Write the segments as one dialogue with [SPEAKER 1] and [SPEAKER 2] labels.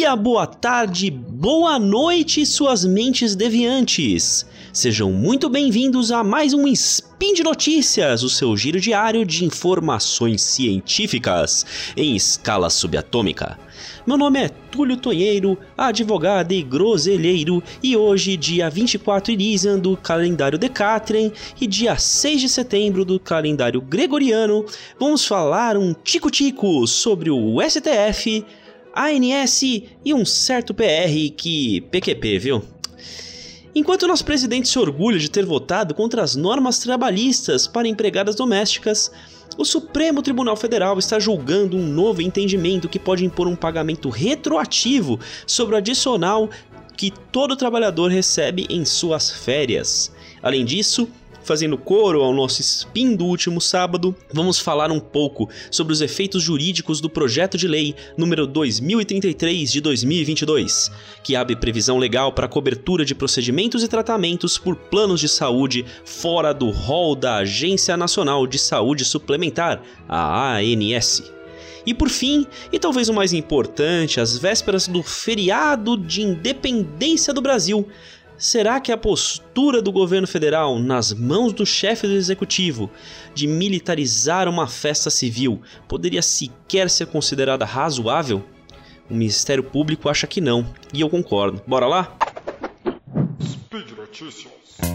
[SPEAKER 1] dia, boa tarde, boa noite, suas mentes deviantes. Sejam muito bem-vindos a mais um Spin de Notícias, o seu giro diário de informações científicas em escala subatômica. Meu nome é Túlio Tonheiro, advogado e groselheiro, e hoje, dia 24 Ilisan do calendário Decatrian e dia 6 de setembro do calendário Gregoriano, vamos falar um tico-tico sobre o STF, ANS e um certo PR que... PQP, viu? Enquanto nosso presidente se orgulha de ter votado contra as normas trabalhistas para empregadas domésticas, o Supremo Tribunal Federal está julgando um novo entendimento que pode impor um pagamento retroativo sobre o adicional que todo trabalhador recebe em suas férias. Além disso, fazendo coro ao nosso spin do último sábado, vamos falar um pouco sobre os efeitos jurídicos do projeto de lei número 2033 de 2022, que abre previsão legal para a cobertura de procedimentos e tratamentos por planos de saúde fora do rol da Agência Nacional de Saúde Suplementar, a ANS. E por fim, e talvez o mais importante, às vésperas do feriado de independência do Brasil, será que a postura do governo federal, nas mãos do chefe do executivo, de militarizar uma festa civil, poderia sequer ser considerada razoável? O Ministério Público acha que não, e eu concordo. Bora lá?
[SPEAKER 2] Speed Notícias.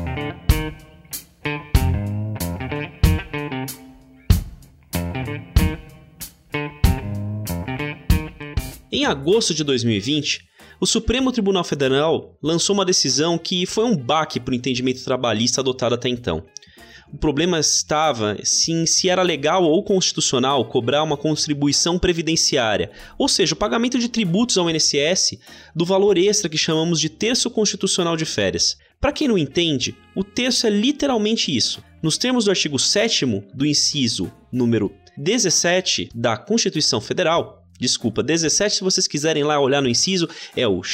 [SPEAKER 1] Em agosto de 2020, o Supremo Tribunal Federal lançou uma decisão que foi um baque para o entendimento trabalhista adotado até então. O problema estava sim se era legal ou constitucional cobrar uma contribuição previdenciária, ou seja, o pagamento de tributos ao INSS do valor extra que chamamos de terço constitucional de férias. Para quem não entende, o terço é literalmente isso. Nos termos do artigo 7º do inciso número 17 da Constituição Federal, 17, se vocês quiserem lá olhar no inciso, é o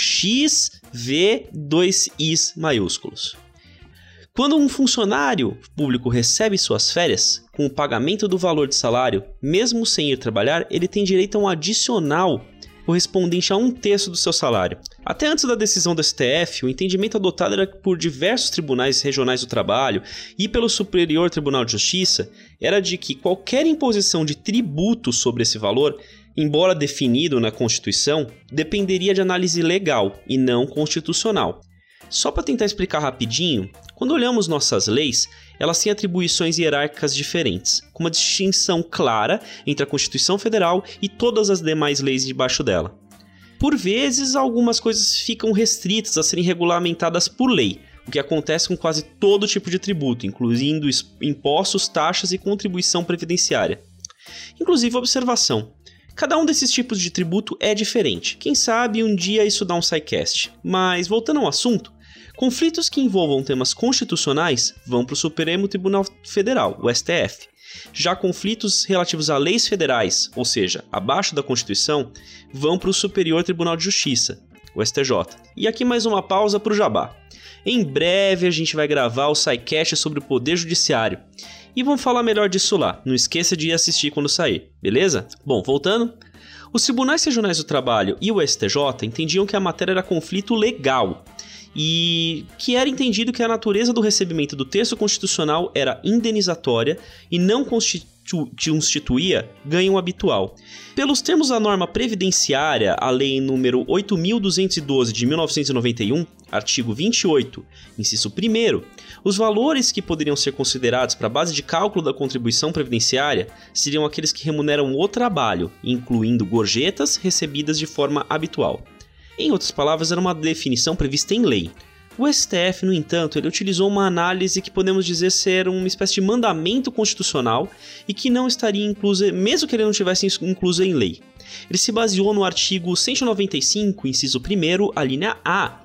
[SPEAKER 1] XV2Is maiúsculos. Quando um funcionário público recebe suas férias, com o pagamento do valor de salário, mesmo sem ir trabalhar, ele tem direito a um adicional correspondente a 1/3 do seu salário. Até antes da decisão do STF, o entendimento adotado era por diversos tribunais regionais do trabalho e pelo Superior Tribunal de Justiça era de que qualquer imposição de tributo sobre esse valor, embora definido na Constituição, dependeria de análise legal e não constitucional. Só para tentar explicar rapidinho, quando olhamos nossas leis, elas têm atribuições hierárquicas diferentes, com uma distinção clara entre a Constituição Federal e todas as demais leis debaixo dela. Por vezes, algumas coisas ficam restritas a serem regulamentadas por lei, o que acontece com quase todo tipo de tributo, incluindo impostos, taxas e contribuição previdenciária. Inclusive, observação. Cada um desses tipos de tributo é diferente. Quem sabe um dia isso dá um sidecast. Mas, voltando ao assunto, conflitos que envolvam temas constitucionais vão para o Supremo Tribunal Federal, o STF. Já conflitos relativos a leis federais, ou seja, abaixo da Constituição, vão para o Superior Tribunal de Justiça, o STJ. E aqui mais uma pausa para o jabá. Em breve a gente vai gravar o sidecast sobre o Poder Judiciário. E vamos falar melhor disso lá. Não esqueça de assistir quando sair, beleza? Bom, voltando. Os Tribunais Regionais do Trabalho e o STJ entendiam que a matéria era conflito legal e que era entendido que a natureza do recebimento do terço constitucional era indenizatória e não constituía ganho habitual. Pelos termos da norma previdenciária, a lei número 8.212 de 1991, artigo 28, inciso 1º, os valores que poderiam ser considerados para a base de cálculo da contribuição previdenciária seriam aqueles que remuneram o trabalho, incluindo gorjetas recebidas de forma habitual. Em outras palavras, era uma definição prevista em lei. O STF, no entanto, ele utilizou uma análise que podemos dizer ser uma espécie de mandamento constitucional e que não estaria inclusa, mesmo que ele não tivesse incluso em lei. Ele se baseou no artigo 195, inciso 1º, a linha A,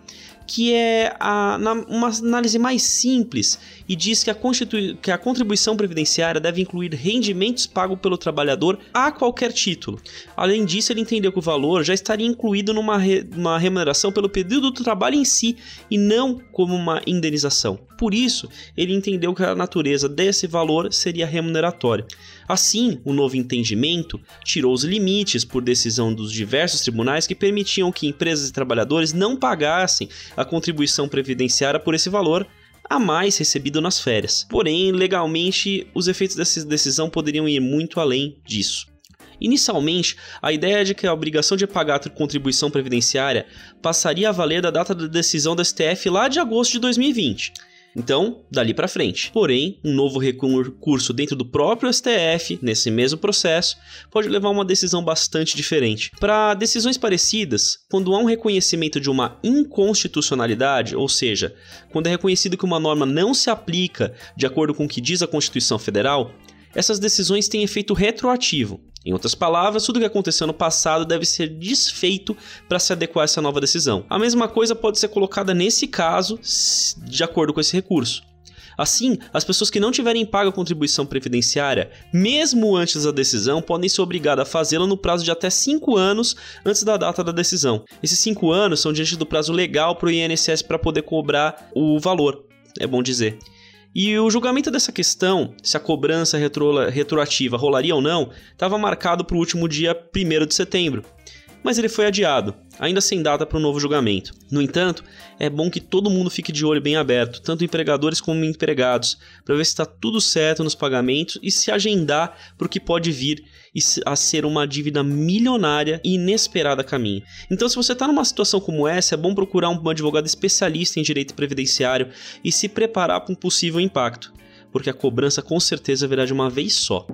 [SPEAKER 1] que é uma análise mais simples e diz que a contribuição previdenciária deve incluir rendimentos pagos pelo trabalhador a qualquer título. Além disso, ele entendeu que o valor já estaria incluído numa remuneração pelo período do trabalho em si e não como uma indenização. Por isso, ele entendeu que a natureza desse valor seria remuneratória. Assim, o novo entendimento tirou os limites por decisão dos diversos tribunais que permitiam que empresas e trabalhadores não pagassem a contribuição previdenciária por esse valor a mais recebido nas férias. Porém, legalmente, os efeitos dessa decisão poderiam ir muito além disso. Inicialmente, a ideia é de que a obrigação de pagar a contribuição previdenciária passaria a valer da data da decisão do STF lá de agosto de 2020. Então, dali para frente. Porém, um novo recurso dentro do próprio STF, nesse mesmo processo, pode levar a uma decisão bastante diferente. Para decisões parecidas, quando há um reconhecimento de uma inconstitucionalidade, ou seja, quando é reconhecido que uma norma não se aplica de acordo com o que diz a Constituição Federal, essas decisões têm efeito retroativo. Em outras palavras, tudo o que aconteceu no passado deve ser desfeito para se adequar a essa nova decisão. A mesma coisa pode ser colocada nesse caso, de acordo com esse recurso. Assim, as pessoas que não tiverem pago a contribuição previdenciária, mesmo antes da decisão, podem ser obrigadas a fazê-la no prazo de até 5 anos antes da data da decisão. Esses 5 anos são diante do prazo legal para o INSS para poder cobrar o valor, é bom dizer. E o julgamento dessa questão, se a cobrança retroativa rolaria ou não, estava marcado para o último dia 1º de setembro. Mas ele foi adiado, ainda sem data para o novo julgamento. No entanto, é bom que todo mundo fique de olho bem aberto, tanto empregadores como empregados, para ver se está tudo certo nos pagamentos e se agendar para o que pode vir a ser uma dívida milionária e inesperada a caminho. Então, se você está numa situação como essa, é bom procurar um advogado especialista em direito previdenciário e se preparar para um possível impacto, porque a cobrança com certeza virá de uma vez só.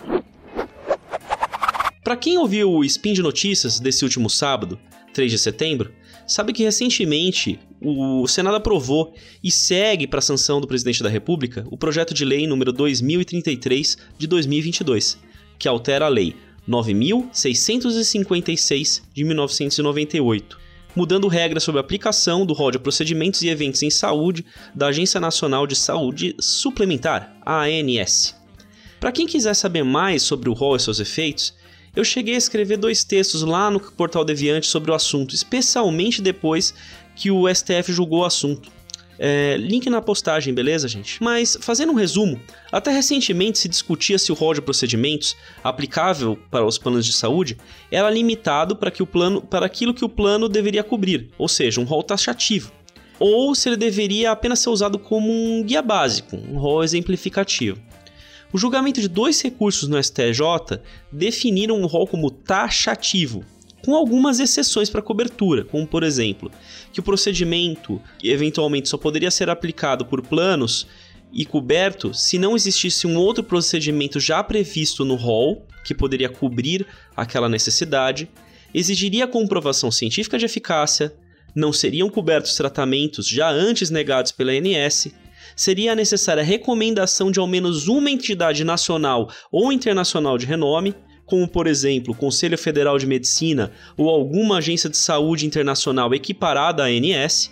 [SPEAKER 1] Para quem ouviu o Spin de Notícias desse último sábado, 3 de setembro, sabe que recentemente o Senado aprovou e segue para a sanção do Presidente da República o projeto de lei número 2033 de 2022, que altera a Lei 9.656 de 1998, mudando regras sobre a aplicação do rol de procedimentos e eventos em saúde da Agência Nacional de Saúde Suplementar, a ANS. Para quem quiser saber mais sobre o rol e seus efeitos, eu cheguei a escrever 2 textos lá no Portal Deviante sobre o assunto, especialmente depois que o STF julgou o assunto. Link na postagem, beleza, gente? Mas, fazendo um resumo, até recentemente se discutia se o rol de procedimentos aplicável para os planos de saúde era limitado para aquilo que o plano deveria cobrir, ou seja, um rol taxativo, ou se ele deveria apenas ser usado como um guia básico, um rol exemplificativo. O julgamento de 2 recursos no STJ definiram o rol como taxativo, com algumas exceções para cobertura, como por exemplo, que o procedimento eventualmente só poderia ser aplicado por planos e coberto se não existisse um outro procedimento já previsto no rol, que poderia cobrir aquela necessidade, exigiria comprovação científica de eficácia, não seriam cobertos tratamentos já antes negados pela ANS, seria necessária a recomendação de ao menos uma entidade nacional ou internacional de renome, como por exemplo o Conselho Federal de Medicina ou alguma agência de saúde internacional equiparada à ANS,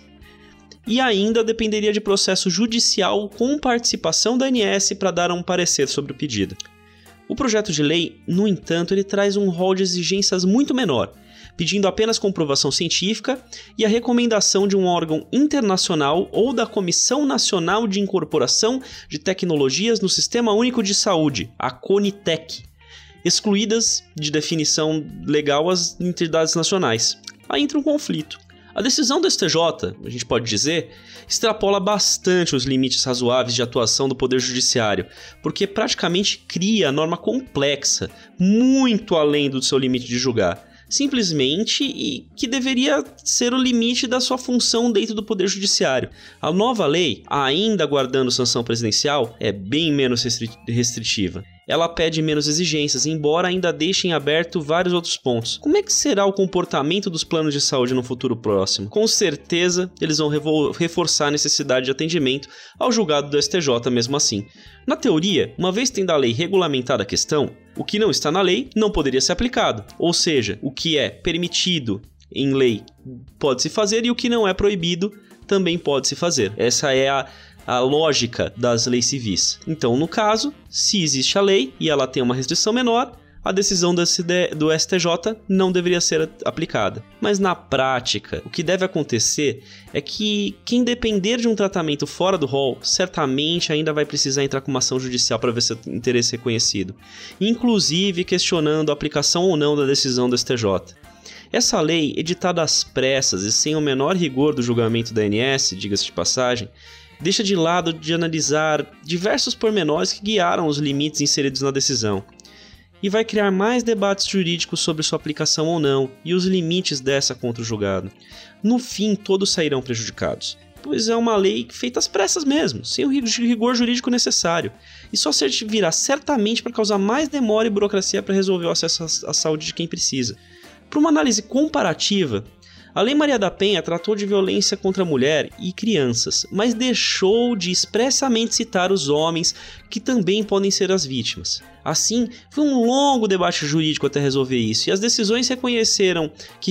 [SPEAKER 1] e ainda dependeria de processo judicial com participação da ANS para dar um parecer sobre o pedido. O projeto de lei, no entanto, ele traz um rol de exigências muito menor, pedindo apenas comprovação científica e a recomendação de um órgão internacional ou da Comissão Nacional de Incorporação de Tecnologias no Sistema Único de Saúde, a CONITEC, excluídas de definição legal as entidades nacionais. Aí entra um conflito. A decisão do STJ, a gente pode dizer, extrapola bastante os limites razoáveis de atuação do Poder Judiciário, porque praticamente cria norma complexa, muito além do seu limite de julgar. Simplesmente e que deveria ser o limite da sua função dentro do Poder Judiciário. A nova lei, ainda guardando sanção presidencial, é bem menos restritiva. Ela pede menos exigências, embora ainda deixe em aberto vários outros pontos. Como é que será o comportamento dos planos de saúde no futuro próximo? Com certeza, eles vão reforçar a necessidade de atendimento ao julgado do STJ mesmo assim. Na teoria, uma vez tendo a lei regulamentada a questão, o que não está na lei não poderia ser aplicado. Ou seja, o que é permitido em lei pode-se fazer e o que não é proibido também pode se fazer. Essa é a lógica das leis civis. Então, no caso, se existe a lei e ela tem uma restrição menor, a decisão do STJ não deveria ser aplicada. Mas na prática, o que deve acontecer é que quem depender de um tratamento fora do rol, certamente ainda vai precisar entrar com uma ação judicial para ver seu interesse reconhecido, inclusive questionando a aplicação ou não da decisão do STJ. Essa lei, editada às pressas e sem o menor rigor do julgamento da ANS, diga-se de passagem, deixa de lado de analisar diversos pormenores que guiaram os limites inseridos na decisão, e vai criar mais debates jurídicos sobre sua aplicação ou não e os limites dessa contra o julgado. No fim, todos sairão prejudicados, pois é uma lei feita às pressas mesmo, sem o rigor jurídico necessário, e só servirá certamente para causar mais demora e burocracia para resolver o acesso à saúde de quem precisa. Para uma análise comparativa, a Lei Maria da Penha tratou de violência contra a mulher e crianças, mas deixou de expressamente citar os homens que também podem ser as vítimas. Assim, foi um longo debate jurídico até resolver isso, e as decisões reconheceram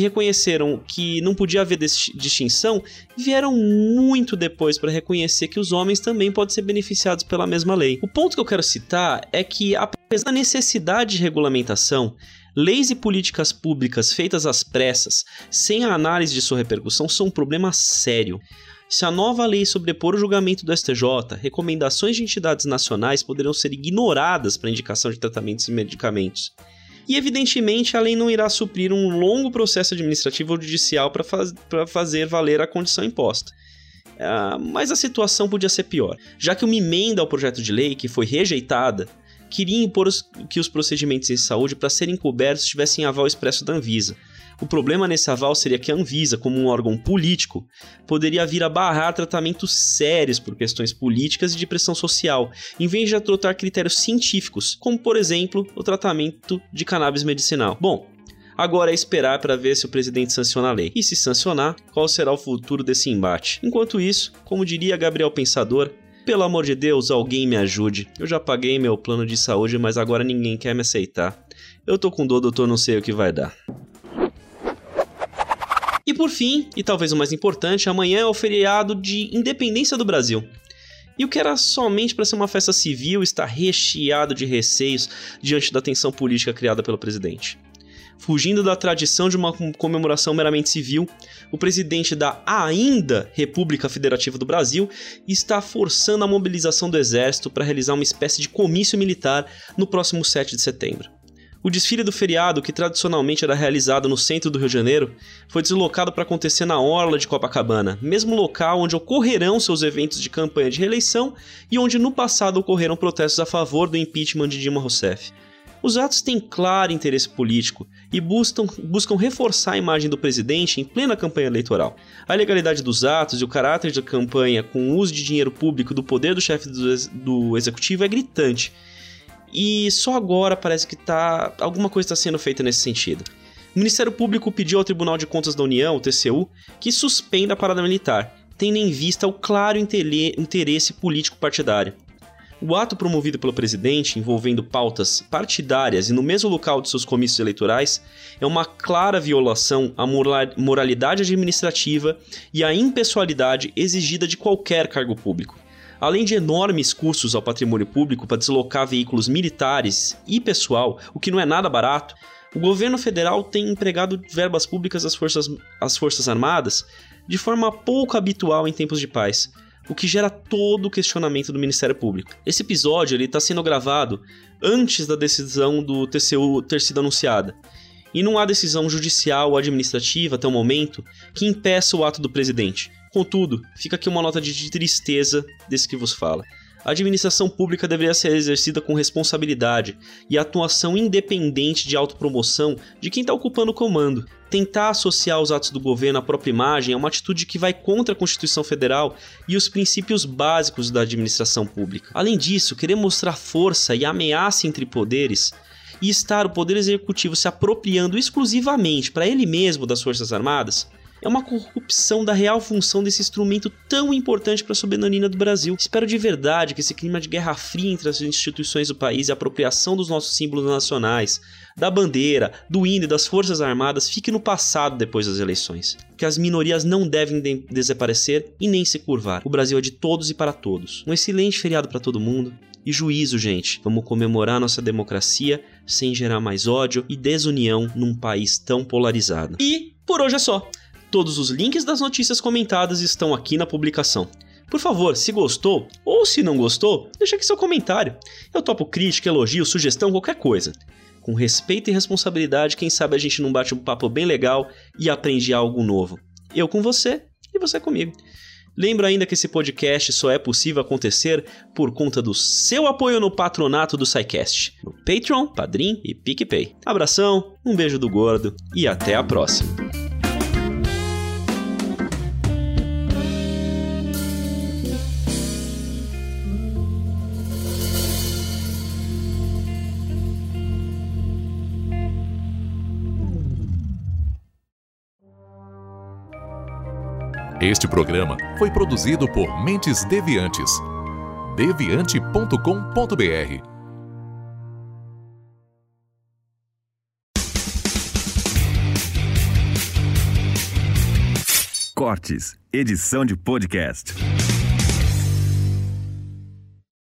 [SPEAKER 1] que não podia haver distinção vieram muito depois para reconhecer que os homens também podem ser beneficiados pela mesma lei. O ponto que eu quero citar é que, apesar da necessidade de regulamentação, leis e políticas públicas feitas às pressas, sem a análise de sua repercussão, são um problema sério. Se a nova lei sobrepor o julgamento do STJ, recomendações de entidades nacionais poderão ser ignoradas para indicação de tratamentos e medicamentos. E, evidentemente, a lei não irá suprir um longo processo administrativo ou judicial para fazer valer a condição imposta. Mas a situação podia ser pior, já que uma emenda ao projeto de lei, que foi rejeitada, queria impor que os procedimentos em saúde, para serem cobertos, tivessem aval expresso da Anvisa. O problema nesse aval seria que a Anvisa, como um órgão político, poderia vir a barrar tratamentos sérios por questões políticas e de pressão social, em vez de adotar critérios científicos, como, por exemplo, o tratamento de cannabis medicinal. Bom, agora é esperar para ver se o presidente sanciona a lei. E se sancionar, qual será o futuro desse embate? Enquanto isso, como diria Gabriel Pensador, pelo amor de Deus, alguém me ajude. Eu já paguei meu plano de saúde, mas agora ninguém quer me aceitar. Eu tô com dor, doutor, não sei o que vai dar. E por fim, e talvez o mais importante, amanhã é o feriado de Independência do Brasil. E o que era somente para ser uma festa civil está recheado de receios diante da tensão política criada pelo presidente. Fugindo da tradição de uma comemoração meramente civil, o presidente da ainda República Federativa do Brasil está forçando a mobilização do exército para realizar uma espécie de comício militar no próximo 7 de setembro. O desfile do feriado, que tradicionalmente era realizado no centro do Rio de Janeiro, foi deslocado para acontecer na orla de Copacabana, mesmo local onde ocorrerão seus eventos de campanha de reeleição e onde no passado ocorreram protestos a favor do impeachment de Dilma Rousseff. Os atos têm claro interesse político e buscam reforçar a imagem do presidente em plena campanha eleitoral. A ilegalidade dos atos e o caráter da campanha com o uso de dinheiro público do poder do chefe do executivo é gritante. E só agora parece que alguma coisa está sendo feita nesse sentido. O Ministério Público pediu ao Tribunal de Contas da União, o TCU, que suspenda a parada militar, tendo em vista o claro interesse político partidário. O ato promovido pelo presidente, envolvendo pautas partidárias e no mesmo local de seus comícios eleitorais, é uma clara violação à moralidade administrativa e à impessoalidade exigida de qualquer cargo público. Além de enormes custos ao patrimônio público para deslocar veículos militares e pessoal, o que não é nada barato, o governo federal tem empregado verbas públicas às Forças Armadas de forma pouco habitual em tempos de paz, o que gera todo o questionamento do Ministério Público. Esse episódio está sendo gravado antes da decisão do TCU ter sido anunciada, e não há decisão judicial ou administrativa até o momento que impeça o ato do presidente. Contudo, fica aqui uma nota de tristeza desse que vos fala. A administração pública deveria ser exercida com responsabilidade e atuação independente de autopromoção de quem está ocupando o comando. Tentar associar os atos do governo à própria imagem é uma atitude que vai contra a Constituição Federal e os princípios básicos da administração pública. Além disso, querer mostrar força e ameaça entre poderes e estar o Poder Executivo se apropriando exclusivamente para ele mesmo das Forças Armadas é uma corrupção da real função desse instrumento tão importante para a soberania do Brasil. Espero de verdade que esse clima de guerra fria entre as instituições do país e a apropriação dos nossos símbolos nacionais, da bandeira, do hino e das Forças Armadas fique no passado depois das eleições. Que as minorias não devem desaparecer e nem se curvar. O Brasil é de todos e para todos. Um excelente feriado para todo mundo. E juízo, gente. Vamos comemorar nossa democracia sem gerar mais ódio e desunião num país tão polarizado. E por hoje é só. Todos os links das notícias comentadas estão aqui na publicação. Por favor, se gostou ou se não gostou, deixa aqui seu comentário. Eu topo crítica, elogio, sugestão, qualquer coisa. Com respeito e responsabilidade, quem sabe a gente não bate um papo bem legal e aprende algo novo. Eu com você e você comigo. Lembra ainda que esse podcast só é possível acontecer por conta do seu apoio no patronato do SciCast, no Patreon, Padrim e PicPay. Abração, um beijo do gordo e até a próxima.
[SPEAKER 3] Este programa foi produzido por Mentes Deviantes. deviante.com.br.
[SPEAKER 4] Cortes, edição de podcast.